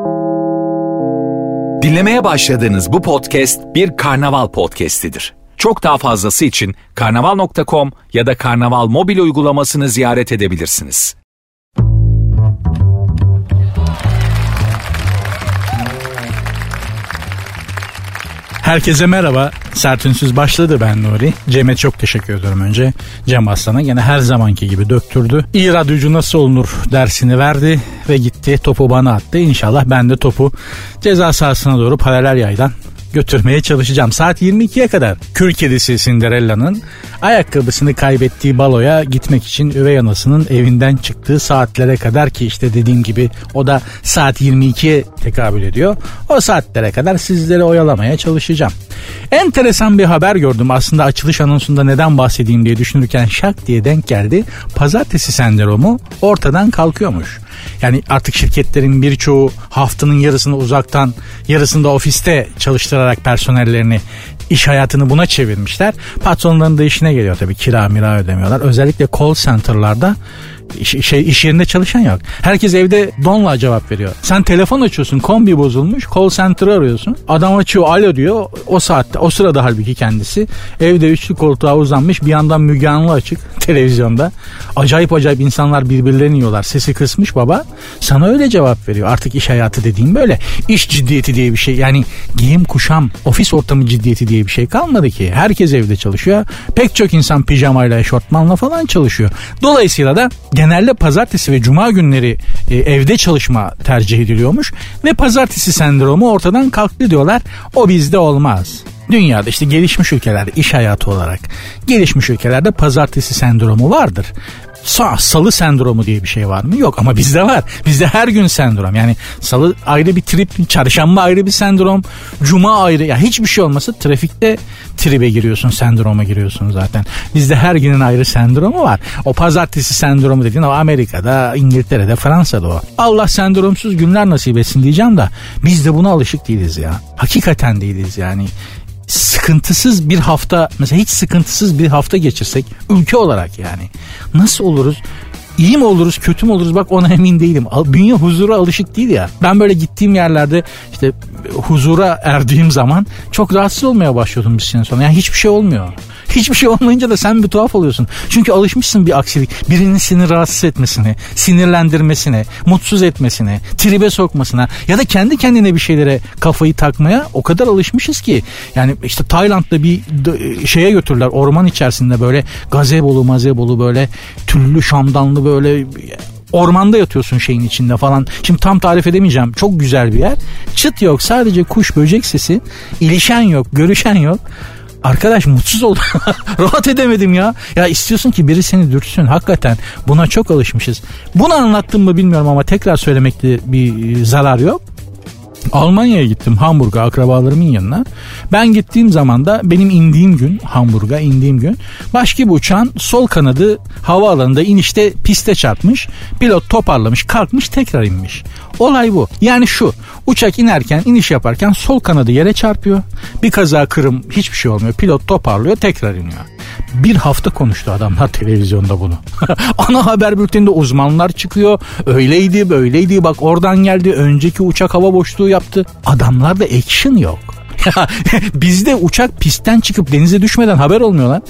Dinlemeye başladığınız bu podcast bir Karnaval podcastidir. Çok daha fazlası için karnaval.com ya da Karnaval mobil uygulamasını ziyaret edebilirsiniz. Herkese merhaba. Sert Ünsüz başladı, ben Nuri. Cem'e çok teşekkür ediyorum önce. Cem Aslan'a gene her zamanki gibi döktürdü. İyi radyocu nasıl olunur dersini verdi ve gitti, topu bana attı. İnşallah ben de topu ceza sahasına doğru paralel yaydan götürmeye çalışacağım. Saat 22'ye kadar kül kedisi Cinderella'nın ayakkabısını kaybettiği baloya gitmek için üvey anasının evinden çıktığı saatlere kadar, ki işte dediğim gibi o da saat 22'ye tekabül ediyor. O saatlere kadar sizleri oyalamaya çalışacağım. Enteresan bir haber gördüm. Aslında açılış anonsunda neden bahsedeyim diye düşünürken şak diye denk geldi. Pazartesi sendromu ortadan kalkıyormuş. Yani artık şirketlerin birçoğu haftanın yarısını uzaktan, yarısını da ofiste çalıştırarak personellerini, iş hayatını buna çevirmişler. Patronların da işine geliyor tabii, kira mira ödemiyorlar. Özellikle call center'larda iş yerinde çalışan yok. Herkes evde donla cevap veriyor. Sen telefon açıyorsun, kombi bozulmuş, call center'ı arıyorsun. Adam açıyor, alo diyor. O saatte, o sırada halbuki kendisi evde üçlü koltuğa uzanmış, bir yandan Müge Anlı açık televizyonda. Acayip acayip insanlar birbirlerini yiyorlar. Sesi kısmış baba. Sana öyle cevap veriyor. Artık iş hayatı dediğim böyle. İş ciddiyeti diye bir şey, yani giyim kuşam, ofis ortamı ciddiyeti diye bir şey kalmadı ki. Herkes evde çalışıyor. Pek çok insan pijamayla, eşortmanla falan çalışıyor. Dolayısıyla da genelde pazartesi ve cuma günleri evde çalışma tercih ediliyormuş ve pazartesi sendromu ortadan kalktı diyorlar. O bizde olmaz. Dünyada işte gelişmiş ülkelerde, iş hayatı olarak gelişmiş ülkelerde pazartesi sendromu vardır. Salı sendromu diye bir şey var mı? Yok, ama bizde var. Bizde her gün sendrom. Yani salı ayrı bir trip, çarşamba ayrı bir sendrom, cuma ayrı. Ya hiçbir şey olmasa trafikte tribe giriyorsun, sendroma giriyorsun zaten. Bizde her günün ayrı sendromu var. O pazartesi sendromu dediğin o Amerika'da, İngiltere'de, Fransa'da o. Allah sendromsuz günler nasip etsin diyeceğim de biz de buna alışık değiliz ya. Hakikaten değiliz yani. Sıkıntısız bir hafta, mesela hiç sıkıntısız bir hafta geçirsek ülke olarak, yani nasıl oluruz? İyi mi oluruz, kötü mü oluruz? Bak ona emin değilim. Bünye huzura alışık değil ya. Ben böyle gittiğim yerlerde işte huzura erdiğim zaman çok rahatsız olmaya başlıyordum bir sene sonra. Yani hiçbir şey olmuyor. Hiçbir şey olmayınca da sen bir tuhaf oluyorsun. Çünkü alışmışsın bir aksilik, birinin seni rahatsız etmesine, sinirlendirmesine, mutsuz etmesine, tribe sokmasına ya da kendi kendine bir şeylere kafayı takmaya o kadar alışmışız ki. Yani işte Tayland'da bir şeye götürdüler, orman içerisinde böyle gazebolu böyle tüllü şamdanlı, böyle ormanda yatıyorsun şeyin içinde falan. Şimdi tam tarif edemeyeceğim. Çok güzel bir yer. Çıt yok, sadece kuş böcek sesi, ilişen yok, görüşen yok. Arkadaş mutsuz oldum. Rahat edemedim ya. Ya istiyorsun ki biri seni dürtsün. Hakikaten buna çok alışmışız. Bunu anlattım mı bilmiyorum ama tekrar söylemekte bir zarar yok. Almanya'ya gittim, Hamburg'a, akrabalarımın yanına. Ben gittiğim zaman da benim indiğim gün, Hamburg'a indiğim gün, başka bir uçağın sol kanadı havaalanında inişte piste çarpmış. Pilot toparlamış, kalkmış, tekrar inmiş. Olay bu. Yani şu, uçak inerken, iniş yaparken sol kanadı yere çarpıyor. Bir kaza, kırım, hiçbir şey olmuyor. Pilot toparlıyor, tekrar iniyor. Bir hafta konuştu adamlar televizyonda bunu. Ana haber bülteninde uzmanlar çıkıyor. Öyleydi, böyleydi, bak oradan geldi, önceki uçak hava boşluğu yaptı. Adamlarda action yok. Bizde uçak pistten çıkıp denize düşmeden haber olmuyor lan.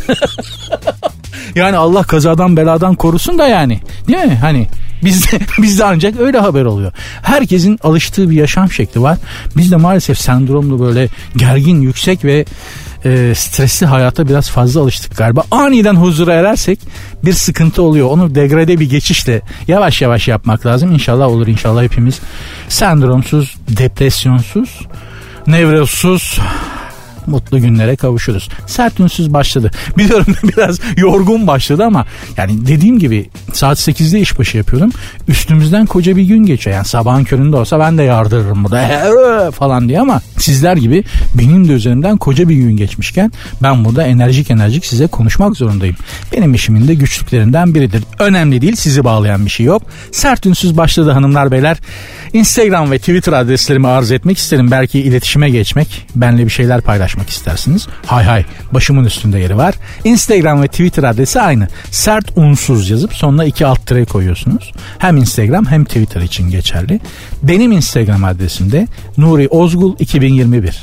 Yani Allah kazadan beladan korusun da yani. Değil mi? Hani bizde ancak öyle haber oluyor. Herkesin alıştığı bir yaşam şekli var. Bizde maalesef sendromlu, böyle gergin, yüksek ve stresli hayata biraz fazla alıştık galiba. Aniden huzura erersek bir sıkıntı oluyor. Onu degrade bir geçişle yavaş yavaş yapmak lazım. İnşallah olur, inşallah hepimiz sendromsuz, depresyonsuz, nevrozsuz, mutlu günlere kavuşuruz. Sert Ünsüz başladı. Biliyorum biraz yorgun başladı ama yani dediğim gibi saat 8'de işbaşı yapıyorum. Üstümüzden koca bir gün geçiyor. Yani sabahın köründe olsa ben de yardırırım burada falan diye, ama sizler gibi benim de üzerimden koca bir gün geçmişken ben burada enerjik size konuşmak zorundayım. Benim işimin de güçlüklerinden biridir. Önemli değil, sizi bağlayan bir şey yok. Sert Ünsüz başladı hanımlar beyler. Instagram ve Twitter adreslerimi arz etmek isterim. Belki iletişime geçmek, benimle bir şeyler paylaşmak paylaşmak istersiniz. Hay başımın üstünde yeri var. Instagram ve Twitter adresi aynı. Sert unsuz yazıp sonuna 2 alt tire koyuyorsunuz. Hem Instagram hem Twitter için geçerli. Benim Instagram adresim de Nuri Ozgul 2021.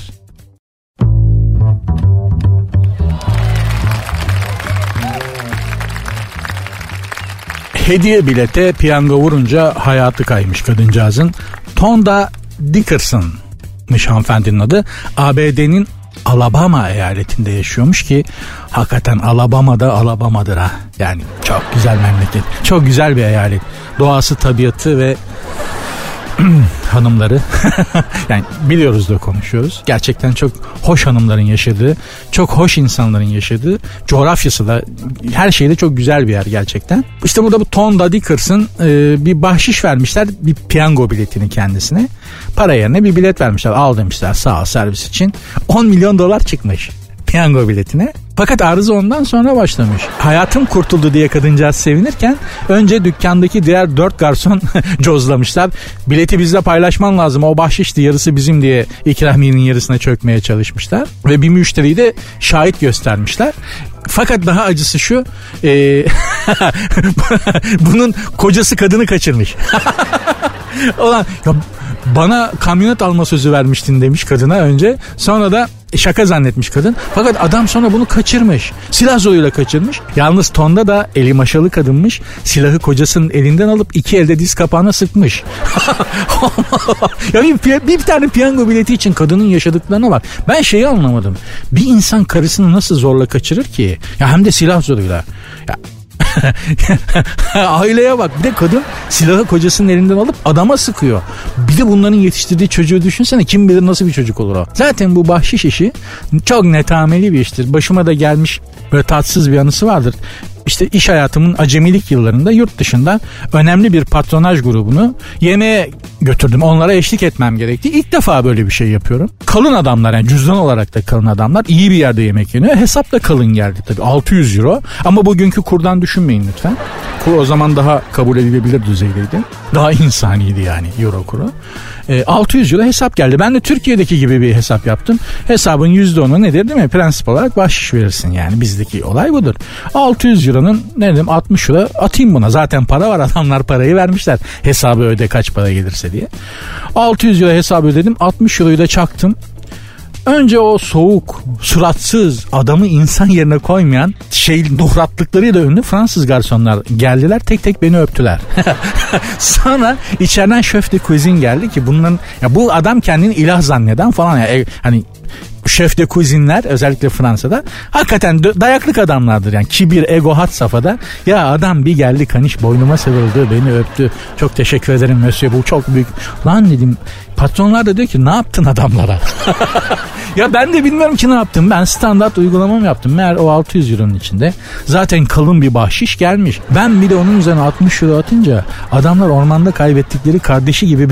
Hediye bilete piyango vurunca hayatı kaymış kadıncağızın. Tonda Dickerson'mış hanımefendinin adı. ABD'nin Alabama eyaletinde yaşıyormuş ki hakikaten Alabama'da Alabama'dır ha. Yani çok güzel memleket. Çok güzel bir eyalet. Doğası, tabiatı ve hanımları yani biliyoruz da konuşuyoruz. Gerçekten çok hoş hanımların yaşadığı, çok hoş insanların yaşadığı, coğrafyası da her şeyde çok güzel bir yer gerçekten. İşte burada bu Tonda Dickerson bir bahşiş vermişler, bir piyango biletini kendisine. Para yerine bir bilet vermişler. Al demişler, sağ ol, servis için. 10 milyon dolar çıkmış piyango biletine. Fakat arıza ondan sonra başlamış. Hayatım kurtuldu diye kadıncağız sevinirken önce dükkandaki diğer 4 garson cozlamışlar. Bileti bizle paylaşman lazım, o bahşişti, yarısı bizim diye ikramiyenin yarısına çökmeye çalışmışlar. Ve bir müşteriyi de şahit göstermişler. Fakat daha acısı şu, bunun kocası kadını kaçırmış. Ulan ya, bana kamyonet alma sözü vermiştin demiş kadına önce. Sonra da şaka zannetmiş kadın. Fakat adam sonra bunu kaçırmış. Silah zoruyla kaçırmış. Yalnız Tonda da eli maşalı kadınmış. Silahı kocasının elinden alıp 2 elde diz kapağına sıkmış. Ya bir tane piyango bileti için kadının yaşadıklarına bak. Ben şeyi anlamadım. Bir insan karısını nasıl zorla kaçırır ki? Ya hem de silah zoruyla. Ya aileye bak, bir de kadın silahı kocasının elinden alıp adama sıkıyor. Bir de bunların yetiştirdiği çocuğu düşünsene, kim bilir nasıl bir çocuk olur o. Zaten bu bahşiş işi çok netameli bir iştir. Başıma da gelmiş böyle tatsız bir anısı vardır. İşte iş hayatımın acemilik yıllarında yurt dışında önemli bir patronaj grubunu yemeğe götürdüm. Onlara eşlik etmem gerekti. İlk defa böyle bir şey yapıyorum. Kalın adamlar, yani cüzdan olarak da kalın adamlar. İyi bir yerde yemek yeniyor. Hesap da kalın geldi tabii. 600 euro. Ama bugünkü kurdan düşünmeyin lütfen. Kur o zaman daha kabul edilebilir düzeydeydi. Daha insaniydi yani euro kuru. 600 euro hesap geldi. Ben de Türkiye'deki gibi bir hesap yaptım. Hesabın %10'u nedir değil mi? Prensip olarak bahşiş verirsin yani. Bizdeki olay budur. 600 euronun ne dedim 60 euro atayım buna. Zaten para var, adamlar parayı vermişler. Hesabı öde kaç para gelirse diye. 600 euro hesabı ödedim. 60 euroyu da çaktım. Önce o soğuk, suratsız, adamı insan yerine koymayan nuhratlıklarıyla ünlü Fransız garsonlar geldiler, tek tek beni öptüler. Sonra içeriden şef de cuisine geldi ki bunların, ya bu adam kendini ilah zanneden falan ya, hani şef de cuisine'ler özellikle Fransa'da hakikaten dayaklık adamlardır yani, kibir, ego had safhada. Ya adam bir geldi, kaniş boynuma sarıldı, beni öptü, çok teşekkür ederim monsieur, bu çok büyük. Lan dedim, patronlar da diyor ki ne yaptın adamlara? Ya ben de bilmiyorum ki ne yaptım. Ben standart uygulamamı yaptım. Meğer o 600 euronun içinde zaten kalın bir bahşiş gelmiş. Ben bir de onun üzerine 60 euro atınca adamlar ormanda kaybettikleri kardeşi gibi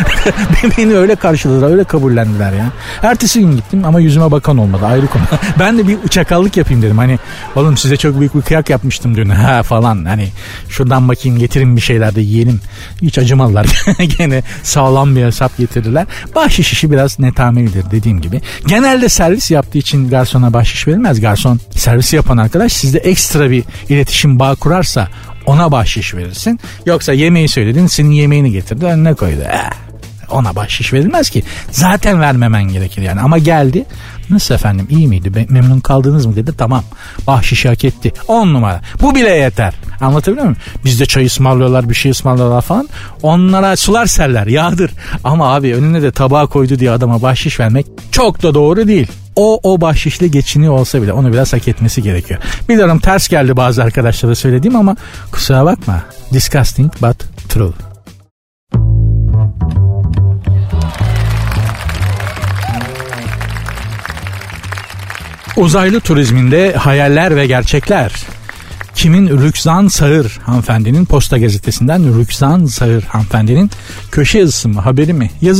beni öyle karşıladılar, öyle kabullendiler ya. Ertesi gün gittim ama yüzüme bakan olmadı, ayrı konu. Ben de bir çakallık yapayım dedim. Hani oğlum size çok büyük bir kıyak yapmıştım dün falan. Hani şuradan bakayım, getirin bir şeyler de yiyelim. Hiç acımadılar. Gene sağlam bir hesap getirdiler. Bahşiş işi biraz netamelidir dediğim gibi. Genelde servis yaptığı için garsona bahşiş verilmez. Garson servisi yapan arkadaş sizde ekstra bir iletişim bağı kurarsa ona bahşiş verirsin. Yoksa yemeği söyledin, senin yemeğini getirdi, önüne koydu. Ona bahşiş verilmez ki. Zaten vermemen gerekir yani. Ama geldi. Nasıl efendim, iyi miydi? Memnun kaldınız mı dedi. Tamam. Bahşişi hak etti. 10 numara. Bu bile yeter. Anlatabiliyor muyum? Bizde çay ısmarlıyorlar, bir şey ısmarlıyorlar falan. Onlara sular serler. Yağdır. Ama abi önüne de tabağa koydu diye adama bahşiş vermek çok da doğru değil. O bahşişle geçiniyor olsa bile onu biraz hak etmesi gerekiyor. Biliyorum ters geldi bazı arkadaşlara söylediğim ama kusura bakma. Disgusting but true. Uzaylı turizminde hayaller ve gerçekler. Kimin Rüksan Sağır hanımefendinin, Posta Gazetesi'nden Rüksan Sağır hanımefendinin köşe yazısı mı, haberi mi, yazısı.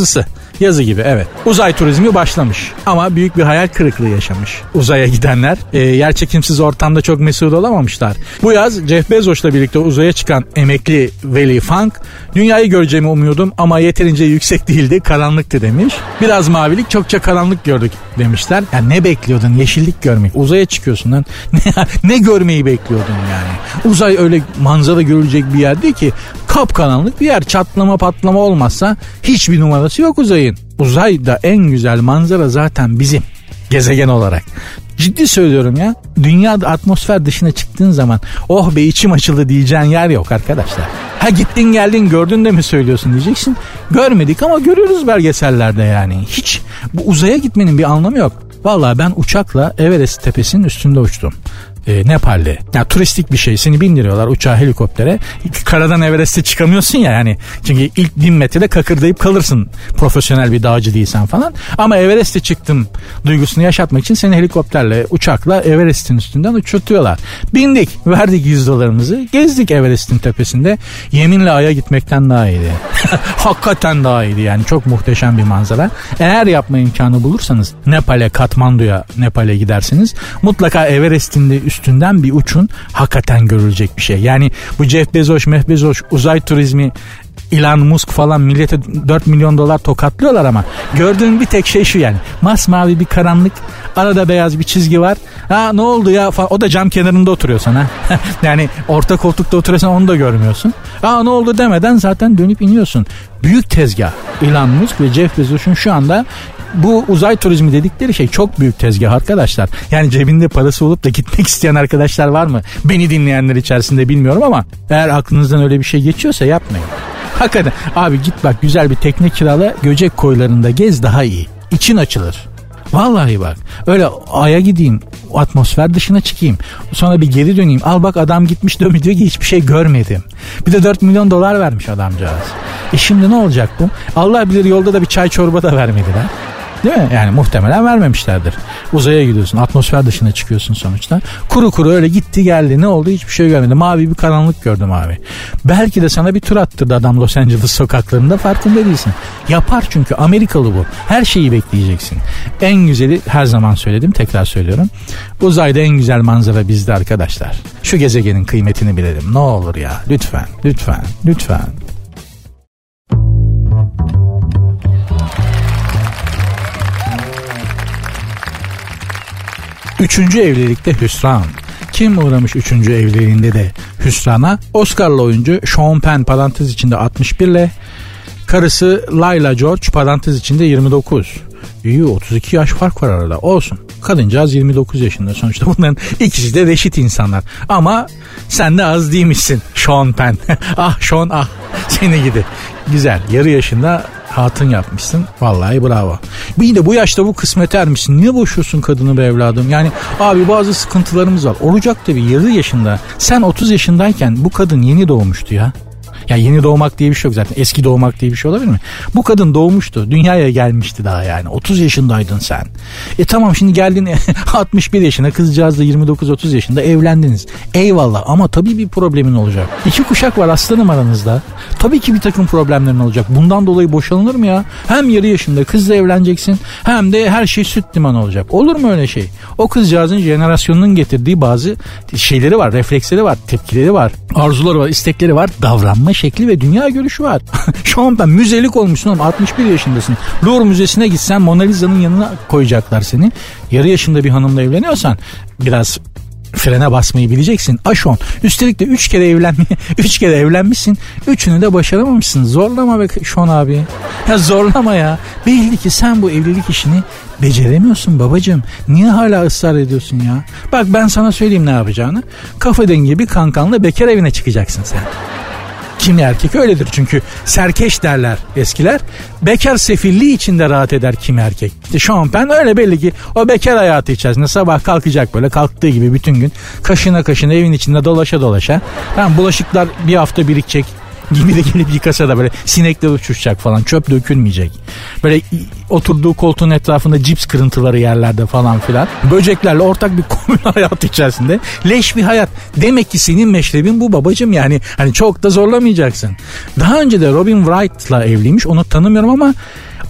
Yazı gibi, evet. Uzay turizmi başlamış ama büyük bir hayal kırıklığı yaşamış uzaya gidenler. Yerçekimsiz ortamda çok mesut olamamışlar. Bu yaz Jeff Bezos'la birlikte uzaya çıkan emekli Veli Funk, dünyayı göreceğimi umuyordum ama yeterince yüksek değildi, karanlıktı demiş. Biraz mavilik, çokça karanlık gördük demişler. Ya ne bekliyordun? Yeşillik görmek. Uzaya çıkıyorsun lan. Ne görmeyi bekliyordun yani? Uzay öyle manzara görülecek bir yer değil ki. Kapkaranlık bir yer. Çatlama patlama olmazsa hiçbir numarası yok uzayın. Uzayda en güzel manzara zaten bizim gezegen olarak. Ciddi söylüyorum ya. Dünyada atmosfer dışına çıktığın zaman oh be içim açıldı diyeceğin yer yok arkadaşlar. Ha gittin geldin gördün de mi söylüyorsun diyeceksin. Görmedik ama görüyoruz belgesellerde yani. Hiç bu uzaya gitmenin bir anlamı yok. Vallahi ben uçakla Everest tepesinin üstünde uçtum. Nepal'de. Ya turistik bir şey. Seni bindiriyorlar uçağa, helikoptere. Karadan Everest'e çıkamıyorsun ya yani. Çünkü ilk 1000 metrede kakırdayıp kalırsın. Profesyonel bir dağcı değilsen falan. Ama Everest'e çıktım duygusunu yaşatmak için seni helikopterle, uçakla Everest'in üstünden uçurtuyorlar. Bindik. Verdik $100'ımızı. Gezdik Everest'in tepesinde. Yeminle Ay'a gitmekten daha iyiydi. Hakikaten daha iyiydi yani. Çok muhteşem bir manzara. Eğer yapma imkanı bulursanız Nepal'e, Katmandu'ya, Nepal'e gidersiniz. Mutlaka Everest'in de üstünden bir uçun, hakikaten görülecek bir şey. Yani bu Jeff Bezos, uzay turizmi, Elon Musk falan millete $4 milyon tokatlıyorlar ama gördüğün bir tek şey şu yani. Masmavi bir karanlık, arada beyaz bir çizgi var. Ha ne oldu ya falan. O da cam kenarında oturuyorsan ha. Yani orta koltukta oturuyorsan onu da görmüyorsun. Ha ne oldu demeden zaten dönüp iniyorsun. Büyük tezgah. Elon Musk ve Jeff Bezos'un şu anda bu uzay turizmi dedikleri şey çok büyük tezgah arkadaşlar. Yani cebinde parası olup da gitmek isteyen arkadaşlar var mı? Beni dinleyenler içerisinde bilmiyorum ama eğer aklınızdan öyle bir şey geçiyorsa yapmayın. Hakikaten abi git bak güzel bir tekne kirala, Göcek koylarında gez, daha iyi. İçin açılır. Vallahi bak öyle Ay'a gideyim, atmosfer dışına çıkayım, sonra bir geri döneyim, al bak adam gitmiş dönmüş diyor ki hiçbir şey görmedim. Bir de $4 milyon vermiş adamcağız. Şimdi ne olacak bu? Allah bilir yolda da bir çay çorba da vermediler. Değil mi? Yani muhtemelen vermemişlerdir. Uzaya gidiyorsun, atmosfer dışına çıkıyorsun sonuçta. Kuru kuru öyle gitti geldi, ne oldu hiçbir şey görmedi. Mavi bir karanlık gördüm abi. Belki de sana bir tur attırdı adam Los Angeles sokaklarında, farkında değilsin. Yapar çünkü, Amerikalı bu. Her şeyi bekleyeceksin. En güzeli, her zaman söyledim, tekrar söylüyorum. Uzayda en güzel manzara bizde arkadaşlar. Şu gezegenin kıymetini bilelim. Ne olur ya, lütfen, lütfen, lütfen. Üçüncü evlilikte hüsran. Kim uğramış üçüncü evliliğinde de hüsrana? Oscar'lı oyuncu Sean Penn parantez içinde 61 ile karısı Layla George parantez içinde 29. 32 yaş fark var arada. Olsun. Kadıncağız 29 yaşında. Sonuçta bunların ikisi de reşit insanlar. Ama sen de az değilmişsin Sean Penn. Ah Sean ah. Seni gidi. Güzel. Yarı yaşında hatun yapmışsın. Vallahi bravo. Bir de bu yaşta bu kısmete ermişsin. Niye boşuyorsun kadını be evladım? Yani abi bazı sıkıntılarımız var. Olacak tabii, yarı yaşında. Sen 30 yaşındayken bu kadın yeni doğmuştu ya. Ya yeni doğmak diye bir şey yok zaten. Eski doğmak diye bir şey olabilir mi? Bu kadın doğmuştu. Dünyaya gelmişti daha yani. 30 yaşındaydın sen. Tamam şimdi geldin 61 yaşına, kızcağız da 29-30 yaşında, evlendiniz. Eyvallah ama tabii bir problemin olacak. 2 kuşak var aslanım aranızda. Tabii ki bir takım problemlerin olacak. Bundan dolayı boşanılır mı ya? Hem yarı yaşında kızla evleneceksin, hem de her şey süt liman olacak. Olur mu öyle şey? O kızcağızın jenerasyonunun getirdiği bazı şeyleri var, refleksleri var, tepkileri var, arzuları var, istekleri var, davranma şekli ve dünya görüşü var. Şu an ben müzelik olmuşsun oğlum, 61 yaşındasın. Louvre Müzesi'ne gitsen Mona Lisa'nın yanına koyacaklar seni. Yarı yaşında bir hanımla evleniyorsan biraz frene basmayı bileceksin. Aşon. Üstelik de 3 kere evlenmişsin. 3'ünü de başaramamışsın. Zorlama be Şon abi. Ya zorlama ya. Belli ki sen bu evlilik işini beceremiyorsun babacığım. Niye hala ısrar ediyorsun ya? Bak ben sana söyleyeyim ne yapacağını. Kafa dengi bir kankanla bekar evine çıkacaksın sen. Kimi erkek öyledir çünkü serkeş derler eskiler. Bekar sefilliği içinde rahat eder kimi erkek. İşte Sean Penn öyle, belli ki o bekar hayatı içerisinde sabah kalkacak böyle kalktığı gibi bütün gün kaşına kaşına evin içinde dolaşa dolaşa. Tamam, bulaşıklar bir hafta birikecek. Gibi de gelip yıkasa da böyle sinekler uçuşacak falan, çöp dökülmeyecek. Böyle oturduğu koltuğun etrafında cips kırıntıları yerlerde falan filan. Böceklerle ortak bir komün hayatı içerisinde. Leş bir hayat. Demek ki senin meşrebin bu babacığım, yani hani çok da zorlamayacaksın. Daha önce de Robin Wright'la evliymiş, onu tanımıyorum ama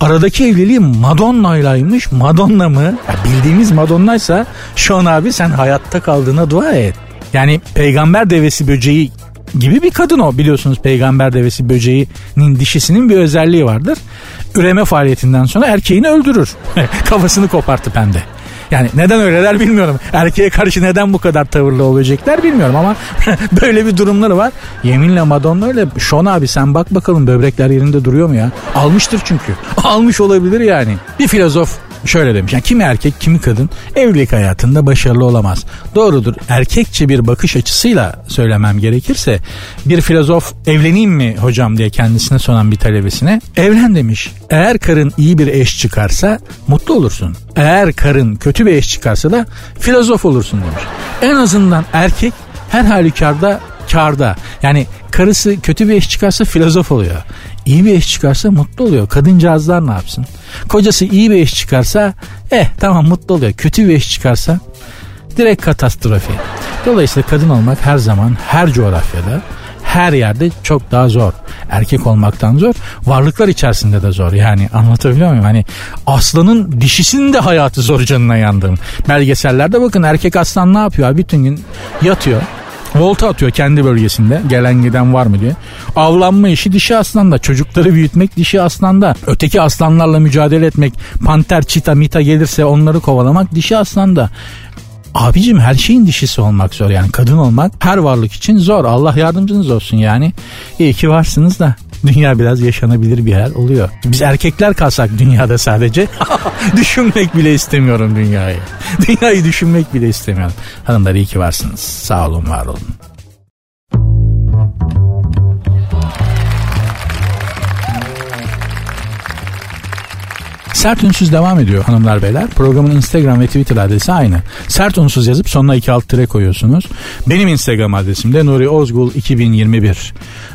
Aradaki evliliği Madonna'ylaymış. Madonna mı? Ya bildiğimiz Madonna'ysa Sean abi sen hayatta kaldığına dua et. Yani peygamber devesi böceği gibi bir kadın o. Biliyorsunuz peygamber devesi böceğinin dişisinin bir özelliği vardır. Üreme faaliyetinden sonra erkeğini öldürür. Kafasını kopartıp hem de. Yani neden öyleler bilmiyorum. Erkeğe karşı neden bu kadar tavırlı o böcekler bilmiyorum ama böyle bir durumları var. Yeminle Madonna öyle. Sean abi sen bak bakalım böbrekler yerinde duruyor mu ya? Almıştır çünkü. Almış olabilir yani. Bir filozof şöyle demiş. Yani kimi erkek kimi kadın evlilik hayatında başarılı olamaz. Doğrudur. Erkekçe bir bakış açısıyla söylemem gerekirse bir filozof evleneyim mi hocam diye kendisine soran bir talebesine evlen demiş. Eğer karın iyi bir eş çıkarsa mutlu olursun. Eğer karın kötü bir eş çıkarsa da filozof olursun demiş. En azından erkek her halükarda kârda. Yani karısı kötü bir eş çıkarsa filozof oluyor. İyi bir eş çıkarsa mutlu oluyor. Kadıncağızlar ne yapsın? Kocası iyi bir eş çıkarsa tamam mutlu oluyor. Kötü bir eş çıkarsa direkt katastrofi. Dolayısıyla kadın olmak her zaman her coğrafyada her yerde çok daha zor. Erkek olmaktan zor. Varlıklar içerisinde de zor. Yani anlatabiliyor muyum? Hani aslanın dişisinin de hayatı zor canına yandım. Belgesellerde bakın erkek aslan ne yapıyor abi? Bütün gün yatıyor. Volta atıyor kendi bölgesinde. Gelen giden var mı diye. Avlanma işi dişi aslanda. Çocukları büyütmek dişi aslanda. Öteki aslanlarla mücadele etmek. Panter, çita, mita gelirse onları kovalamak dişi aslanda. Abicim her şeyin dişisi olmak zor. Yani kadın olmak her varlık için zor. Allah yardımcınız olsun yani. İyi ki varsınız da dünya biraz yaşanabilir bir yer oluyor. Biz erkekler kalsak dünyada sadece düşünmek bile istemiyorum dünyayı. Dünyayı düşünmek bile istemiyorum. Hanımlar iyi ki varsınız. Sağ olun, var olun. Sert Unsuz devam ediyor hanımlar beyler. Programın Instagram ve Twitter adresi aynı. Sert Unsuz yazıp sonuna 2 alt tire koyuyorsunuz. Benim Instagram adresim de Nuri Ozgul 2021.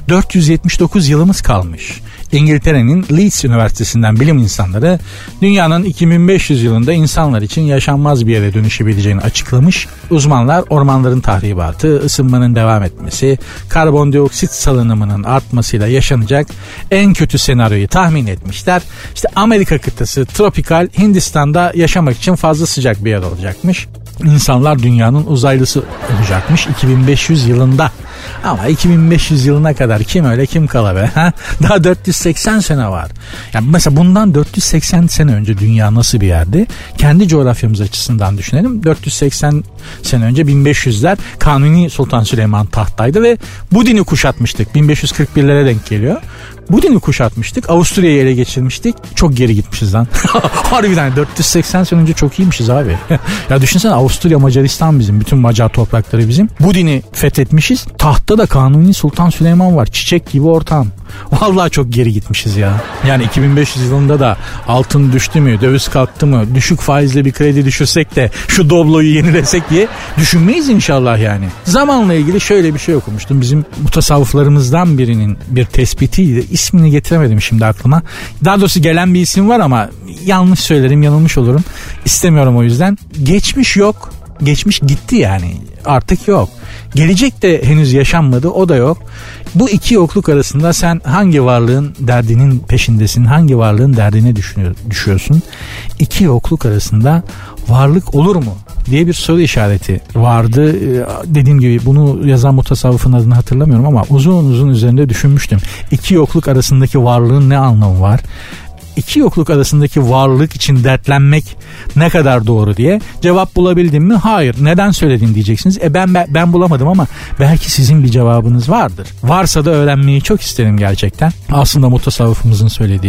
479 yılımız kalmış. İngiltere'nin Leeds Üniversitesi'nden bilim insanları dünyanın 2500 yılında insanlar için yaşanmaz bir yere dönüşebileceğini açıklamış. Uzmanlar ormanların tahribatı, ısınmanın devam etmesi, karbondioksit salınımının artmasıyla yaşanacak en kötü senaryoyu tahmin etmişler. İşte Amerika kıtası tropikal Hindistan'da yaşamak için fazla sıcak bir yer olacakmış. İnsanlar dünyanın uzaylısı olacakmış 2500 yılında. Ama 2500 yılına kadar kim öyle kim kala be? Ha? Daha 480 sene var. Yani mesela bundan 480 sene önce dünya nasıl bir yerdi? Kendi coğrafyamız açısından düşünelim. 480 sene önce 1500'ler Kanuni Sultan Süleyman tahttaydı ve Budin'i kuşatmıştık. 1541'lere denk geliyor. Budin'i kuşatmıştık. Avusturya'yı ele geçirmiştik. Çok geri gitmişiz lan. Harbiden 480 sene önce çok iyiymişiz abi. Ya düşünsene Avusturya, Macaristan bizim. Bütün Macar toprakları bizim. Budin'i fethetmişiz. Tahtta da Kanuni Sultan Süleyman var. Çiçek gibi ortam. Vallahi çok geri gitmişiz ya. Yani 2500 yılında da altın düştü mü, döviz kalktı mı, düşük faizle bir kredi düşürsek de şu Doblo'yu yenilesek diye düşünmeyiz inşallah yani. Zamanla ilgili şöyle bir şey okumuştum. Bizim mutasavvıflarımızdan birinin bir tespitiydi. İsmini getiremedim şimdi aklıma. Daha doğrusu gelen bir isim var ama yanlış söylerim, yanılmış olurum. İstemiyorum o yüzden. Geçmiş yok. Geçmiş gitti yani. Artık yok. Gelecek de henüz yaşanmadı, o da yok. Bu iki yokluk arasında sen hangi varlığın derdinin peşindesin, hangi varlığın derdine düşüyorsun? İki yokluk arasında varlık olur mu diye bir soru işareti vardı. Dediğim gibi bunu yazan mutasavvıfın adını hatırlamıyorum ama uzun uzun üzerinde düşünmüştüm. İki yokluk arasındaki varlığın ne anlamı var? İki yokluk arasındaki varlık için dertlenmek ne kadar doğru diye cevap bulabildim mi? Hayır. Neden söyledin diyeceksiniz. Ben bulamadım ama belki sizin bir cevabınız vardır. Varsa da öğrenmeyi çok isterim gerçekten. Aslında mutasavvıfımızın söylediği,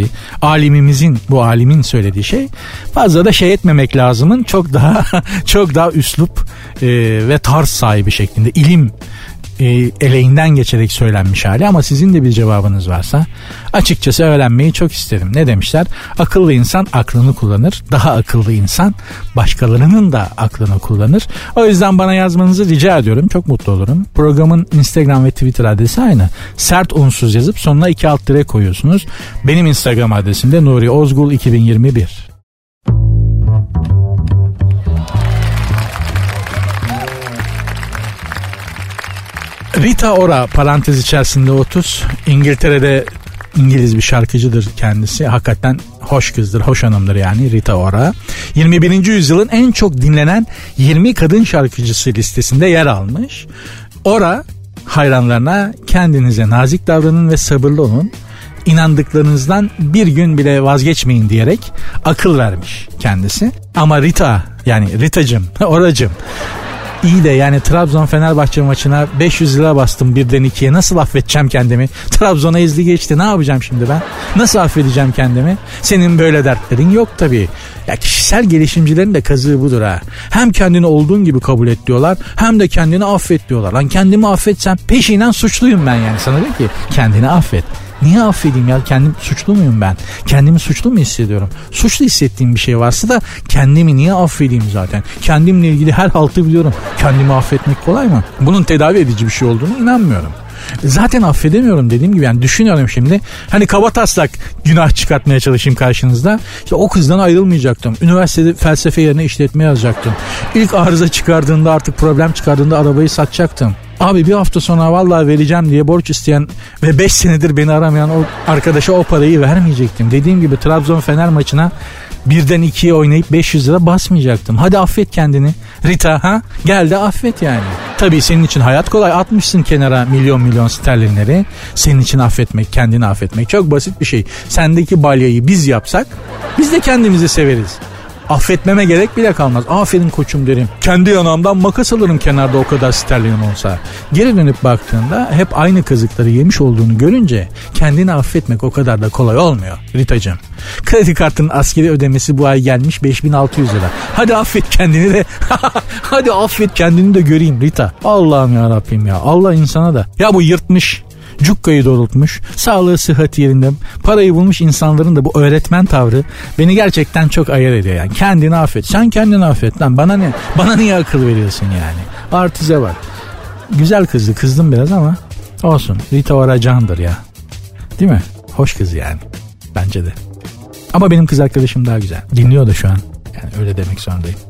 bu alimin söylediği şey fazla da şey etmemek lazımın çok daha üslup ve tarz sahibi şeklinde ilim eleğinden geçerek söylenmiş hali, ama sizin de bir cevabınız varsa açıkçası öğrenmeyi çok isterim. Ne demişler? Akıllı insan aklını kullanır. Daha akıllı insan başkalarının da aklını kullanır. O yüzden bana yazmanızı rica ediyorum. Çok mutlu olurum. Programın Instagram ve Twitter adresi aynı. Sert Unsuz yazıp sonuna 2 alt tire koyuyorsunuz. Benim Instagram adresim de Nuri Ozgul 2021. Rita Ora parantez içerisinde 30, İngiltere'de İngiliz bir şarkıcıdır kendisi. Hakikaten hoş kızdır, hoş hanımdır yani Rita Ora. 21. yüzyılın en çok dinlenen 20 kadın şarkıcısı listesinde yer almış. Ora hayranlarına kendinize nazik davranın ve sabırlı olun. İnandıklarınızdan bir gün bile vazgeçmeyin diyerek akıl vermiş kendisi. Ama Rita, yani Ritacım, Oracım, İyi de yani Trabzon-Fenerbahçe maçına 500 lira bastım 1'den 2'ye. Nasıl affedeceğim kendimi? Trabzon'a ezdi geçti. Ne yapacağım şimdi ben? Nasıl affedeceğim kendimi? Senin böyle dertlerin yok tabii. Ya kişisel gelişimcilerin de kazığı budur ha. Hem kendini olduğun gibi kabul et diyorlar, hem de kendini affet diyorlar. Lan kendimi affetsem peşinden suçluyum ben yani. Sana diyor ki kendini affet. Niye affedeyim ya? Kendim suçlu muyum ben? Kendimi suçlu mu hissediyorum? Suçlu hissettiğim bir şey varsa da kendimi niye affedeyim zaten? Kendimle ilgili her haltı biliyorum. Kendimi affetmek kolay mı? Bunun tedavi edici bir şey olduğunu inanmıyorum. Zaten affedemiyorum dediğim gibi, yani düşünüyorum şimdi. Hani kabataslak günah çıkartmaya çalışayım karşınızda. İşte o kızdan ayrılmayacaktım. Üniversitede felsefe yerine işletme yazacaktım. İlk arıza çıkardığında, artık problem çıkardığında arabayı satacaktım. Abi bir hafta sonra vallahi vereceğim diye borç isteyen ve 5 senedir beni aramayan o arkadaşa o parayı vermeyecektim. Dediğim gibi Trabzon-Fener maçına 1'den 2'ye oynayıp 500 lira basmayacaktım. Hadi affet kendini Rita, ha? Gel de affet yani. Tabii senin için hayat kolay. Atmışsın kenara milyon sterlinleri. Senin için affetmek, kendini affetmek çok basit bir şey. Sendeki balyayı biz yapsak biz de kendimizi severiz. Affetmeme gerek bile kalmaz. Aferin koçum derim. Kendi yanağımdan makas alırım kenarda o kadar sterlinim olsa. Geri dönüp baktığında hep aynı kazıkları yemiş olduğunu görünce kendini affetmek o kadar da kolay olmuyor Ritacığım. Kredi kartının askeri ödemesi bu ay gelmiş 5600 lira. Hadi affet kendini de. Hadi affet kendini de göreyim Rita. Allah'ım ya Rabbim ya. Allah insana da. Ya bu yırtmış, cukkayı doğrultmuş, sağlığı sıhhati yerinde, parayı bulmuş insanların da bu öğretmen tavrı beni gerçekten çok ayar ediyor yani. Kendini affet. Sen kendini affet lan. Bana ne? Bana niye akıl veriyorsun yani? Artize bak. Güzel kızdı. Kızdım biraz ama olsun. Rita Ora candır ya. Değil mi? Hoş kız yani. Bence de. Ama benim kız arkadaşım daha güzel. Dinliyor da şu an. Yani öyle demek zorundayım.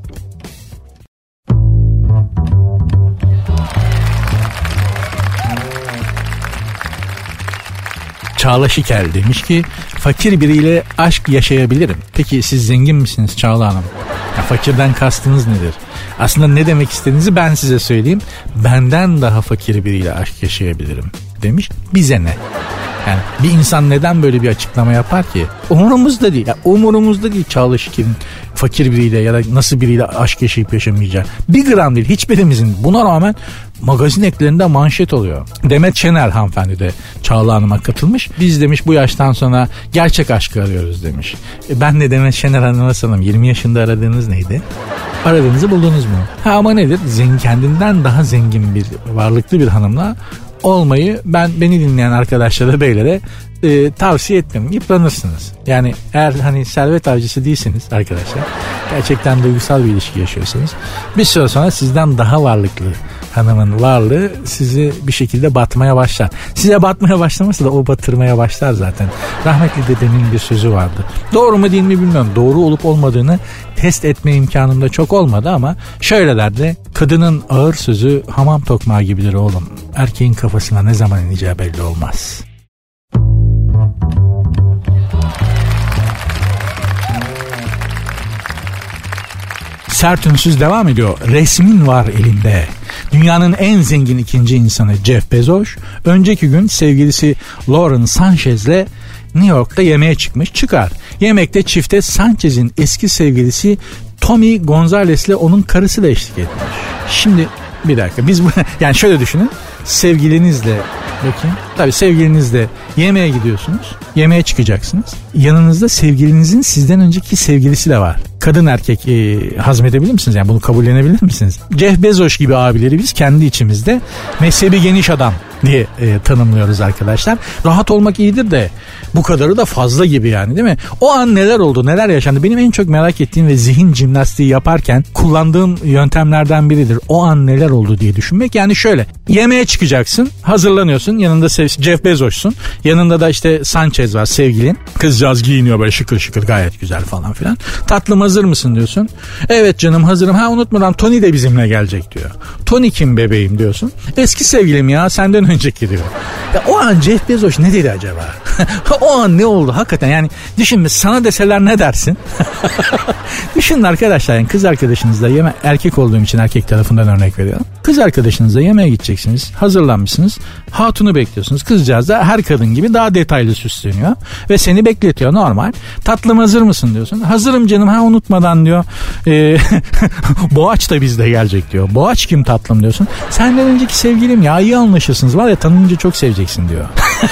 Çağla Şikel demiş ki fakir biriyle aşk yaşayabilirim. Peki siz zengin misiniz Çağla Hanım? Ya fakirden kastınız nedir? Aslında ne demek istediğinizi ben size söyleyeyim. Benden daha fakir biriyle aşk yaşayabilirim demiş. Bize ne? Yani bir insan neden böyle bir açıklama yapar ki? Umurumuzda değil. Yani umurumuzda değil Çağla Şikel'in fakir biriyle ya da nasıl biriyle aşk yaşayıp yaşamayacağı. Bir gram değil. Hiçbirimizin. Buna rağmen magazin eklerinde manşet oluyor. Demet Şener hanımefendi de Çağla Hanım'a katılmış. Biz demiş bu yaştan sonra gerçek aşkı arıyoruz demiş. Ben de Demet Şener Hanım'a sanırım 20 yaşında aradığınız neydi? Aradığınızı buldunuz mu? Ha ama nedir? Kendinden daha zengin bir, varlıklı bir hanımla olmayı beni dinleyen arkadaşlara, beylere tavsiye etmiyorum. Yıpranırsınız. Yani eğer hani servet avcısı değilsiniz arkadaşlar, gerçekten duygusal bir ilişki yaşıyorsunuz, bir süre sonra sizden daha varlıklı hanımın varlığı sizi bir şekilde batmaya başlar. Size batmaya başlamasa da o batırmaya başlar zaten. Rahmetli dedemin bir sözü vardı. Doğru mu değil mi bilmiyorum. Doğru olup olmadığını test etme imkanım da çok olmadı ama şöyle derdi: kadının ağır sözü hamam tokmağı gibidir oğlum. Erkeğin kafasına ne zaman ineceği belli olmaz. Sert Ünsüz devam ediyor. Resmin var elinde. Dünyanın en zengin ikinci insanı Jeff Bezos önceki gün sevgilisi Lauren Sanchez'le New York'ta yemeğe çıkar. Yemekte çifte Sanchez'in eski sevgilisi Tommy Gonzalez'le onun karısı da eşlik etmiş. Şimdi bir dakika, biz yani şöyle düşünün. Sevgilinizle, bakayım. Tabii sevgilinizle yemeğe gidiyorsunuz. Yemeğe çıkacaksınız. Yanınızda sevgilinizin sizden önceki sevgilisi de var. Kadın erkek hazmedebilir misiniz? Yani bunu kabullenebilir misiniz? Jeff Bezos gibi abileri biz kendi içimizde mezhebi geniş adam diye tanımlıyoruz arkadaşlar. Rahat olmak iyidir de bu kadarı da fazla gibi yani, değil mi? O an neler oldu, neler yaşandı? Benim en çok merak ettiğim ve zihin jimnastiği yaparken kullandığım yöntemlerden biridir. O an neler oldu diye düşünmek. Yani şöyle, yemeğe çıkacaksın, hazırlanıyorsun, yanında Jeff Bezos'sun, yanında da işte Sanchez var, sevgilin. Kızcağız giyiniyor böyle şıkır şıkır, gayet güzel falan filan. Tatlım hazır mısın diyorsun. Evet canım hazırım. Ha unutmadan Tony de bizimle gelecek diyor. Tony kim bebeğim diyorsun. Eski sevgilim ya, senden önceki diyor. Ya o an Jeff Bezos ne dedi acaba? O an ne oldu hakikaten? Yani düşün, sana deseler ne dersin? Düşünün arkadaşlar, yani kız arkadaşınızla erkek olduğum için erkek tarafından örnek veriyorum. Kız arkadaşınızla yemeğe gideceksiniz. Hazırlanmışsınız. Hatunu bekliyorsunuz. Kızcağız da her kadın gibi daha detaylı süsleniyor. Ve seni bekletiyor normal. Tatlım hazır mısın diyorsun. Hazırım canım, unutmadan diyor. Boğaç da bizde gelecek diyor. Boğaç kim tatlım diyorsun. Senden önceki sevgilim ya, iyi anlaşırsınız. Var ya, tanınınca çok seveceksin diyor.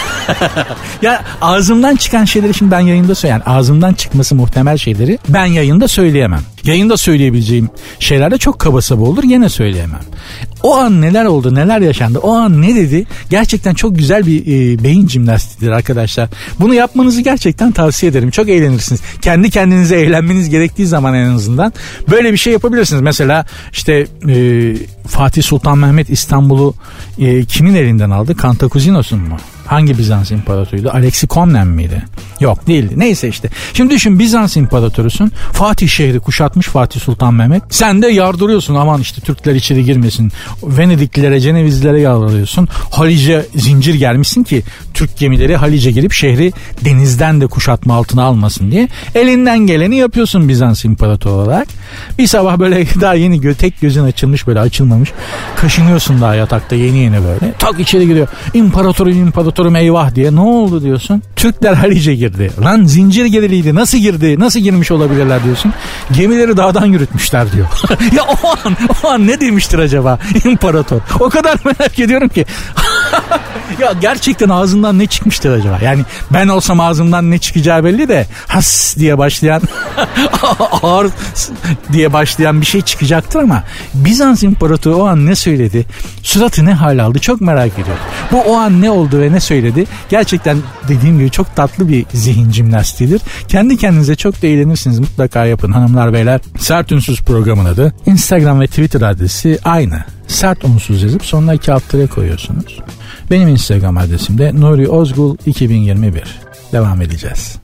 Ya ağzımdan çıkan şeyleri şimdi ben yayında söyleyeyim. Yani ağzımdan çıkması muhtemel şeyleri ben yayında söyleyemem. Yayında söyleyebileceğim şeyler de çok kaba saba olur, yine söyleyemem. O an neler oldu, neler yaşandı, o an ne dedi, gerçekten çok güzel bir beyin jimnastiğidir arkadaşlar. Bunu yapmanızı gerçekten tavsiye ederim. Çok eğlenirsiniz. Kendi kendinize eğlenmeniz gerektiği zaman en azından böyle bir şey yapabilirsiniz. Mesela işte Fatih Sultan Mehmet İstanbul'u kimin elinden aldı? Kantakuzinos'un mu? Hangi Bizans imparatoruydu? Alexi Komnen miydi? Yok, değildi. Neyse işte. Şimdi düşün, Bizans imparatorusun. Fatih şehri kuşatmış Fatih Sultan Mehmet. Sen de yardırıyorsun, aman işte Türkler içeri girmesin. Venediklilere, Cenevizlilere yardırıyorsun. Halice zincir gelmişsin ki Türk gemileri Halice girip şehri denizden de kuşatma altına almasın diye. Elinden geleni yapıyorsun Bizans imparatoru olarak. Bir sabah böyle daha yeni tek gözün açılmış, böyle açılmamış. Kaşınıyorsun daha yatakta yeni böyle. Tak içeri giriyor. İmparatorum eyvah diye. Ne oldu diyorsun? Türkler Halice girdi. Lan zincir geriliydi. Nasıl girdi? Nasıl girmiş olabilirler diyorsun. Gemileri dağdan yürütmüşler diyor. Ya o an ne demiştir acaba imparator? O kadar merak ediyorum ki. Ya gerçekten ağzından ne çıkmıştır acaba? Yani ben olsam ağzımdan ne çıkacağı belli de has diye başlayan ağır diye başlayan bir şey çıkacaktır ama Bizans imparatoru o an ne söyledi? Suratı ne hal aldı? Çok merak ediyorum. Bu o an ne oldu ve ne söyledi? Gerçekten dediğim gibi çok tatlı bir zihin jimnastiğidir. Kendi kendinize çok da eğlenirsiniz. Mutlaka yapın hanımlar beyler. Sert Unsuz programın adı. Instagram ve Twitter adresi aynı. Sert Unsuz yazıp sonuna 2 alt tere koyuyorsunuz. Benim Instagram adresim de Nuri Ozgul 2021. Devam edeceğiz.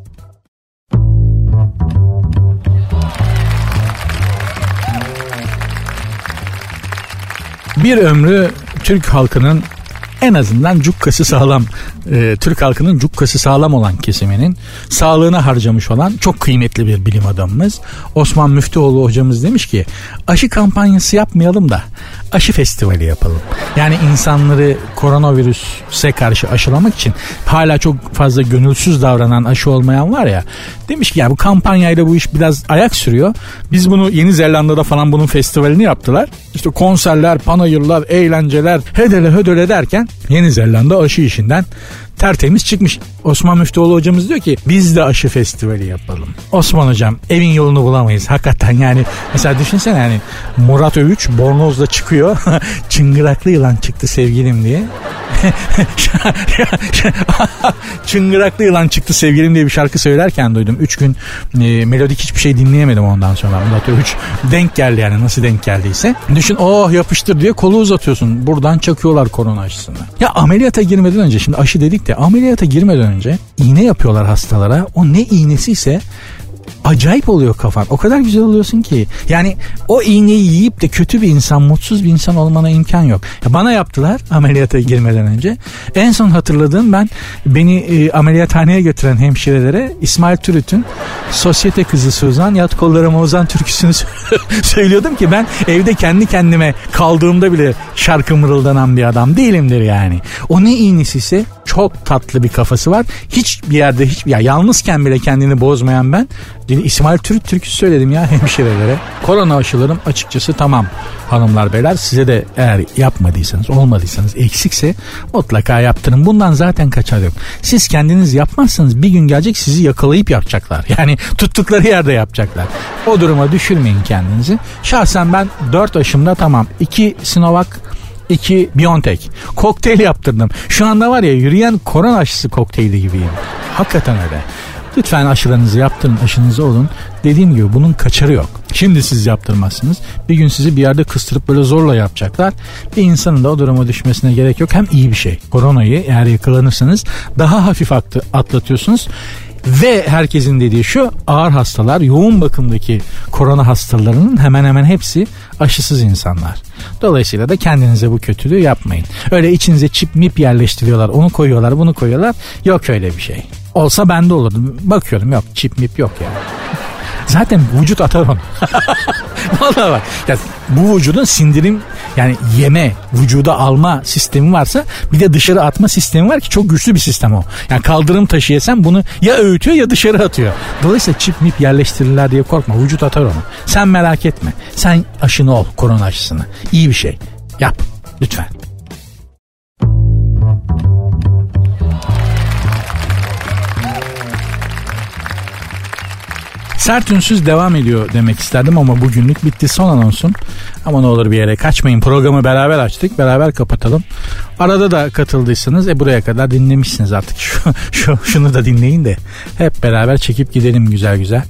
Bir ömrü Türk halkının en azından cukkası sağlam, Türk halkının cukkası sağlam olan kesiminin sağlığına harcamış olan çok kıymetli bir bilim adamımız Osman Müftüoğlu hocamız demiş ki, aşı kampanyası yapmayalım da aşı festivali yapalım. Yani insanları koronavirüse karşı aşılamak için hala çok fazla gönülsüz davranan, aşı olmayan var ya, demiş ki ya bu kampanyayla bu iş biraz ayak sürüyor. Biz bunu Yeni Zelanda'da falan bunun festivalini yaptılar. İşte konserler, panayırlar, eğlenceler, hödele derken Yeni Zelanda aşı işinden tertemiz çıkmış. Osman Müftüoğlu hocamız diyor ki biz de aşı festivali yapalım. Osman hocam, evin yolunu bulamayız hakikaten. Yani mesela düşünsene, yani Murat Övüç bornozla çıkıyor. Çıngıraklı yılan çıktı sevgilim diye. Çıngıraklı yılan çıktı sevgilim diye bir şarkı söylerken duydum. 3 gün melodik hiçbir şey dinleyemedim ondan sonra. Murat Övüç denk geldi, yani nasıl denk geldiyse. Düşün, yapıştır diye kolu uzatıyorsun. Buradan çakıyorlar korona aşısını. Ya ameliyata girmeden önce, şimdi aşı dedik de, ameliyata girmeden önce iğne yapıyorlar hastalara. O ne iğnesi ise acayip oluyor kafan. O kadar güzel oluyorsun ki. Yani o iğneyi yiyip de kötü bir insan, mutsuz bir insan olmana imkan yok. Ya bana yaptılar ameliyata girmeden önce. En son hatırladığım, beni ameliyathaneye götüren hemşirelere İsmail Türüt'ün Sosyete Kızı Suzan Yat Kollarıma Uzan türküsünü söylüyordum ki ben evde kendi kendime kaldığımda bile şarkı mırıldanan bir adam değilimdir yani. O ne iğnesi ise çok tatlı bir kafası var. Hiçbir yerde yalnızken bile kendini bozmayan ben İsmail Türüt türküsü söyledim ya hemşirelere. Korona aşılarım açıkçası tamam hanımlar beyler, size de eğer yapmadıysanız, olmadıysanız, eksikse mutlaka yaptırın. Bundan zaten kaçar yok. Siz kendiniz yapmazsanız bir gün gelecek sizi yakalayıp yapacaklar. Yani tuttukları yerde yapacaklar. O duruma düşürmeyin kendinizi. Şahsen ben 4 aşımda tamam. 2 Sinovac, 2 BioNTech. Kokteyl yaptırdım. Şu anda var ya, yürüyen korona aşısı kokteyli gibiyim. Hakikaten öyle. Lütfen aşılarınızı yaptırın, aşınızı olun. Dediğim gibi bunun kaçarı yok. Şimdi siz yaptırmazsınız. Bir gün sizi bir yerde kıstırıp böyle zorla yapacaklar. Bir insanın da o duruma düşmesine gerek yok. Hem iyi bir şey. Koronayı eğer yakalanırsanız daha hafif atlatıyorsunuz. Ve herkesin dediği şu, ağır hastalar, yoğun bakımdaki korona hastalarının hemen hemen hepsi aşısız insanlar. Dolayısıyla da kendinize bu kötülüğü yapmayın. Öyle içinize çip mip yerleştiriyorlar, onu koyuyorlar, bunu koyuyorlar. Yok öyle bir şey. Olsa bende olurdu. Bakıyorum, yok, çip mip yok yani. Zaten vücut atar onu. Vallahi bak. Ya, bu vücudun sindirim, yani yeme, vücuda alma sistemi varsa bir de dışarı atma sistemi var ki çok güçlü bir sistem o. Yani kaldırım taşı yesen bunu ya öğütüyor ya dışarı atıyor. Dolayısıyla çip mip yerleştirirler diye korkma. Vücut atar onu. Sen merak etme. Sen aşını ol, korona aşısını. İyi bir şey. Yap. Lütfen. Sert Ünsüz devam ediyor demek isterdim ama bugünlük bitti, son anonsum. Ama ne olur bir yere kaçmayın. Programı beraber açtık, beraber kapatalım. Arada da katıldıysanız buraya kadar dinlemişsiniz artık. Şunu da dinleyin de hep beraber çekip gidelim güzel güzel.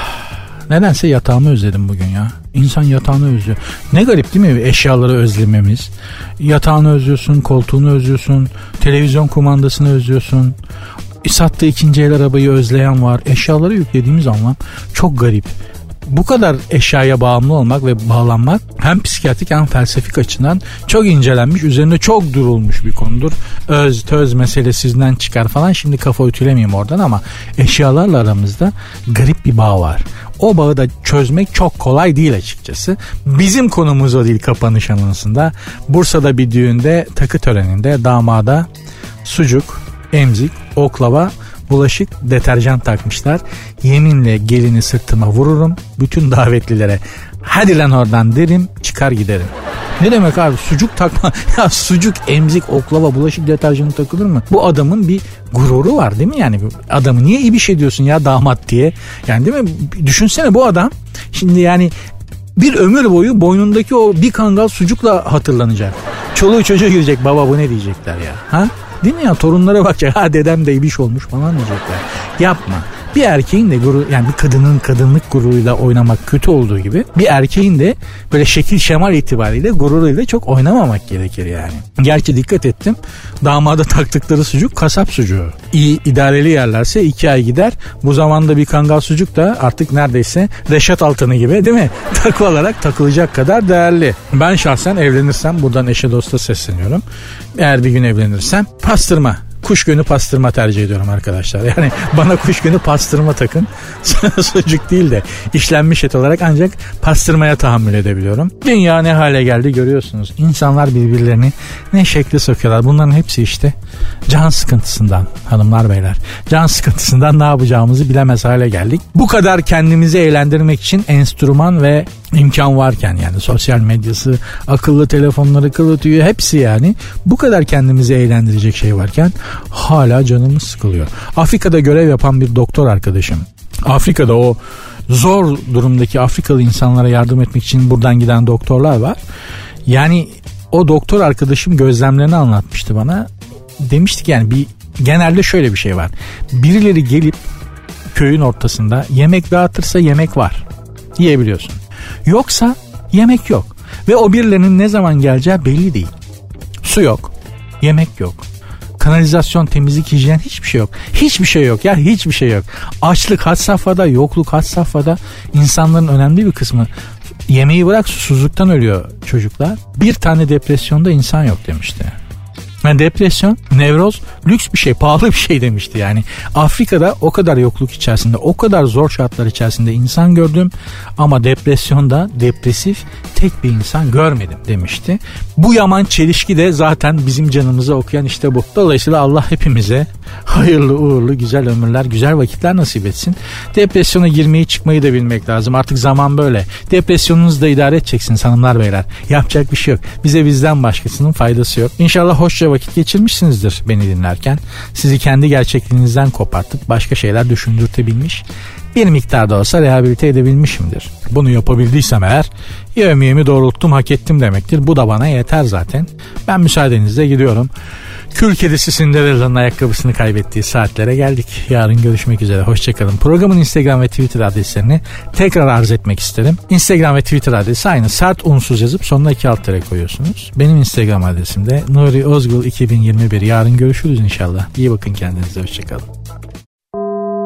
Nedense yatağımı özledim bugün ya. İnsan yatağını özlüyor. Ne garip değil mi eşyaları özlememiz? Yatağını özlüyorsun, koltuğunu özlüyorsun, televizyon kumandasını özlüyorsun. Sattığı ikinci el arabayı özleyen var. Eşyaları yüklediğimiz anlam çok garip. Bu kadar eşyaya bağımlı olmak ve bağlanmak hem psikiyatrik hem felsefik açıdan çok incelenmiş, üzerinde çok durulmuş bir konudur. Öz, töz meselesinden çıkar falan. Şimdi kafa ütülemeyeyim oradan ama eşyalarla aramızda garip bir bağ var. O bağı da çözmek çok kolay değil açıkçası. Bizim konumuz o değil kapanış anonsunda. Bursa'da bir düğünde takı töreninde damada sucuk, emzik, oklava, bulaşık, deterjan takmışlar. Yeminle gelini sırtıma vururum. Bütün davetlilere hadi lan oradan derim, çıkar giderim. Ne demek abi, sucuk takma ya, sucuk, emzik, oklava, bulaşık deterjanı takılır mı? Bu adamın bir gururu var değil mi yani? Adamı niye ibiş ediyorsun ya damat diye? Yani değil mi? Düşünsene bu adam şimdi yani bir ömür boyu boynundaki o bir kangal sucukla hatırlanacak. Çoluğu çocuğu girecek, baba bu ne diyecekler ya? Ha? Değil mi ya, torunlara bakacak, ha dedem de ibiş olmuş falan diyecekler. Yapma. Bir erkeğin de gurur, yani bir kadının kadınlık gururuyla oynamak kötü olduğu gibi bir erkeğin de böyle şekil şemal itibariyle gururuyla çok oynamamak gerekir yani. Gerçi dikkat ettim, damada taktıkları sucuk kasap sucuğu. İyi idareli yerlerse 2 ay gider. Bu zamanda bir kangal sucuk da artık neredeyse Reşat altını gibi değil mi? Takı olarak takılacak kadar değerli. Ben şahsen evlenirsem buradan eşe dosta sesleniyorum. Eğer bir gün evlenirsem pastırma, kuş gönü pastırma tercih ediyorum arkadaşlar. Yani bana kuş gönü pastırma takın. Sucuk değil de işlenmiş et olarak ancak pastırmaya tahammül edebiliyorum. Dünya ne hale geldi görüyorsunuz. İnsanlar birbirlerini ne şekle sokuyorlar. Bunların hepsi işte can sıkıntısından hanımlar beyler. Can sıkıntısından ne yapacağımızı bilemez hale geldik. Bu kadar kendimizi eğlendirmek için enstrüman ve imkan varken, yani sosyal medyası, akıllı telefonları, akıllı tüyü hepsi, yani bu kadar kendimizi eğlendirecek şey varken hala canımız sıkılıyor. Afrika'da görev yapan bir doktor arkadaşım, Afrika'da o zor durumdaki Afrikalı insanlara yardım etmek için buradan giden doktorlar var. Yani o doktor arkadaşım gözlemlerini anlatmıştı bana. Demiştik yani genelde şöyle bir şey var. Birileri gelip köyün ortasında yemek dağıtırsa yemek var, yiyebiliyorsun. Yoksa yemek yok. Ve o birilerinin ne zaman geleceği belli değil. Su yok, yemek yok, kanalizasyon, temizlik, hijyen, hiçbir şey yok. Hiçbir şey yok ya, hiçbir şey yok. Açlık had safhada, yokluk had safhada. İnsanların önemli bir kısmı yemeği bırak susuzluktan ölüyor çocuklar. Bir tane depresyonda insan yok demişti. Yani depresyon, nevroz lüks bir şey, pahalı bir şey demişti yani. Afrika'da o kadar yokluk içerisinde, o kadar zor şartlar içerisinde insan gördüm ama depresyonda depresif tek bir insan görmedim demişti. Bu yaman çelişki de zaten bizim canımıza okuyan işte bu. Dolayısıyla Allah hepimize hayırlı, uğurlu, güzel ömürler, güzel vakitler nasip etsin. Depresyona girmeyi, çıkmayı da bilmek lazım. Artık zaman böyle. Depresyonunuzu da idare edeceksiniz hanımlar beyler. Yapacak bir şey yok. Bize bizden başkasının faydası yok. İnşallah hoşça vakit geçirmişsinizdir beni dinlerken. Sizi kendi gerçekliğinizden kopartıp başka şeyler düşündürtebilmiş, bir miktar da olsa rehabilite edebilmişimdir. Bunu yapabildiysem eğer yevmiyemi doğrulttum, hak ettim demektir. Bu da bana yeter zaten. Ben müsaadenizle gidiyorum. Kül kedisi Cinderella'nın ayakkabısını kaybettiği saatlere geldik. Yarın görüşmek üzere. Hoşçakalın. Programın Instagram ve Twitter adreslerini tekrar arz etmek isterim. Instagram ve Twitter adresi aynı. Sert unsuz yazıp sonuna 2 alt tere koyuyorsunuz. Benim Instagram adresim de Nuri Ozgul 2021. Yarın görüşürüz inşallah. İyi bakın kendinize. Hoşçakalın.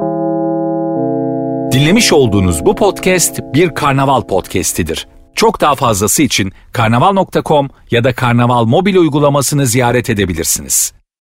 Dinlemiş olduğunuz bu podcast bir Karnaval podcastidir. Çok daha fazlası için karnaval.com ya da Karnaval mobil uygulamasını ziyaret edebilirsiniz.